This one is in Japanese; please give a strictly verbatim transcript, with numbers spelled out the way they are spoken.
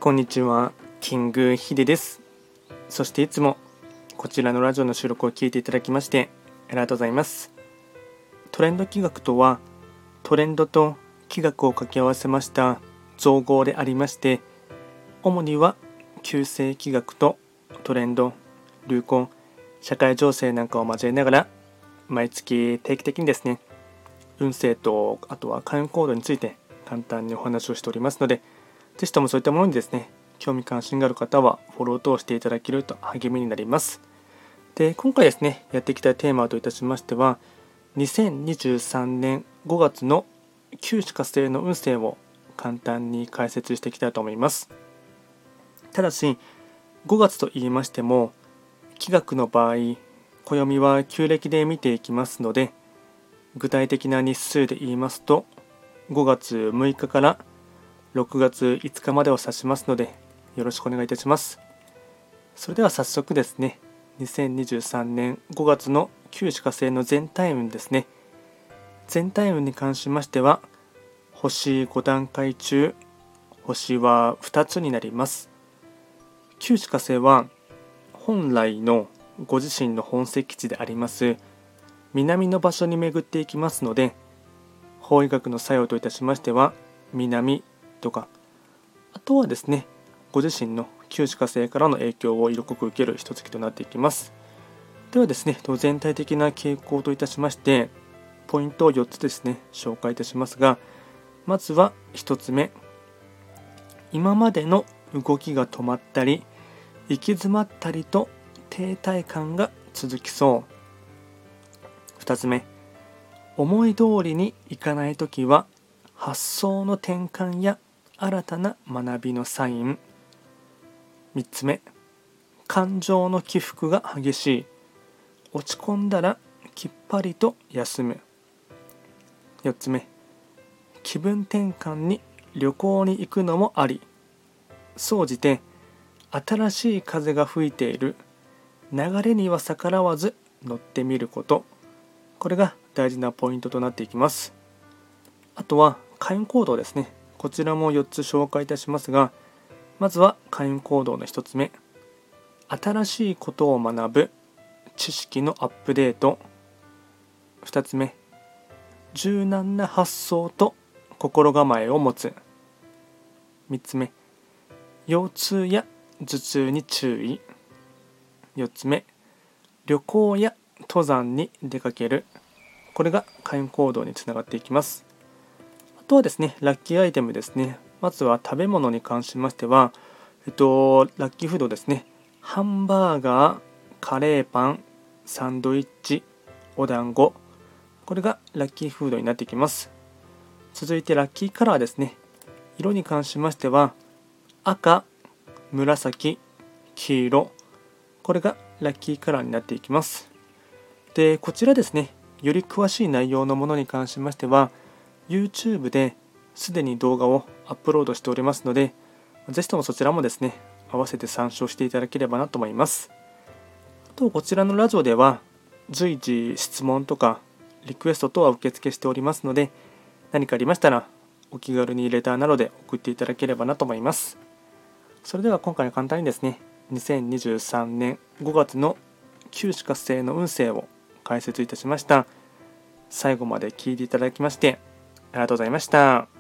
こんにちは、キングヒデです。そしていつもこちらのラジオの収録を聞いていただきましてありがとうございます。トレンド企画とは、トレンドと企画を掛け合わせました造語でありまして、主には旧世企画とトレンド、流行、社会情勢なんかを交えながら、毎月定期的にですね、運勢とあとは開運行動について簡単にお話をしておりますので、ぜひともそういったものにですね、興味関心がある方はフォロー等していただけると励みになります。で、今回ですね、やっていきたいテーマといたしましては、にせんにじゅうさんねんごがつの旧歯科星の運勢を簡単に解説していきたいと思います。ただし、ごがつと言いましても、気学の場合、暦は旧暦で見ていきますので、具体的な日数で言いますと、ごがつむいかからろくがついつかまでを指しますので、よろしくお願いいたします。それでは早速ですね、にせんにじゅうさんねんごがつの旧歯科星の全体運ですね。全体運に関しましては、星ごだんかい中、星はふたつになります。旧歯科星は、本来のご自身の本石地であります南の場所に巡っていきますので、法医学の作用といたしましては、南とか、あとはですね、ご自身の旧歯科星からの影響を色濃く受ける一月となっていきます。ではですね、全体的な傾向といたしまして、ポイントをよっつですね、紹介いたしますが、まずはひとつめ、今までの動きが止まったり、行き詰まったりと停滞感が続きそう。ふたつめ、思い通りにいかないときは、発想の転換や新たな学びのサイン。みっつめ、感情の起伏が激しい。落ち込んだらきっぱりと休む。よっつめ、気分転換に旅行に行くのもあり。総じて新しい風が吹いている。流れには逆らわず乗ってみること。これが大事なポイントとなっていきます。あとは開運行動ですね。こちらもよっつ紹介いたしますが、まずは開運行動のひとつめ、新しいことを学ぶ、知識のアップデート。ふたつめ、柔軟な発想と心構えを持つ。みっつめ、腰痛や頭痛に注意。よっつめ、旅行や登山に出かける。これが開運行動につながっていきます。あとはですね、ラッキーアイテムですね。まずは食べ物に関しましては、えっと、ラッキーフードですね。ハンバーガー、カレーパン、サンドイッチ、お団子。これがラッキーフードになってきます。続いてラッキーカラーですね。色に関しましては、赤、紫、黄色。これがラッキーカラーになっていきます。で、こちらですね、より詳しい内容のものに関しましては、YouTube ですでに動画をアップロードしておりますので、ぜひともそちらもですね、合わせて参照していただければなと思います。あと、こちらのラジオでは、随時質問とかリクエスト等は受付しておりますので、何かありましたら、お気軽にレターなどで送っていただければなと思います。それでは今回は簡単にですね、にせんにじゅうさんねんごがつの旧歯科星の運勢を解説いたしました。最後まで聞いていただきましてありがとうございました。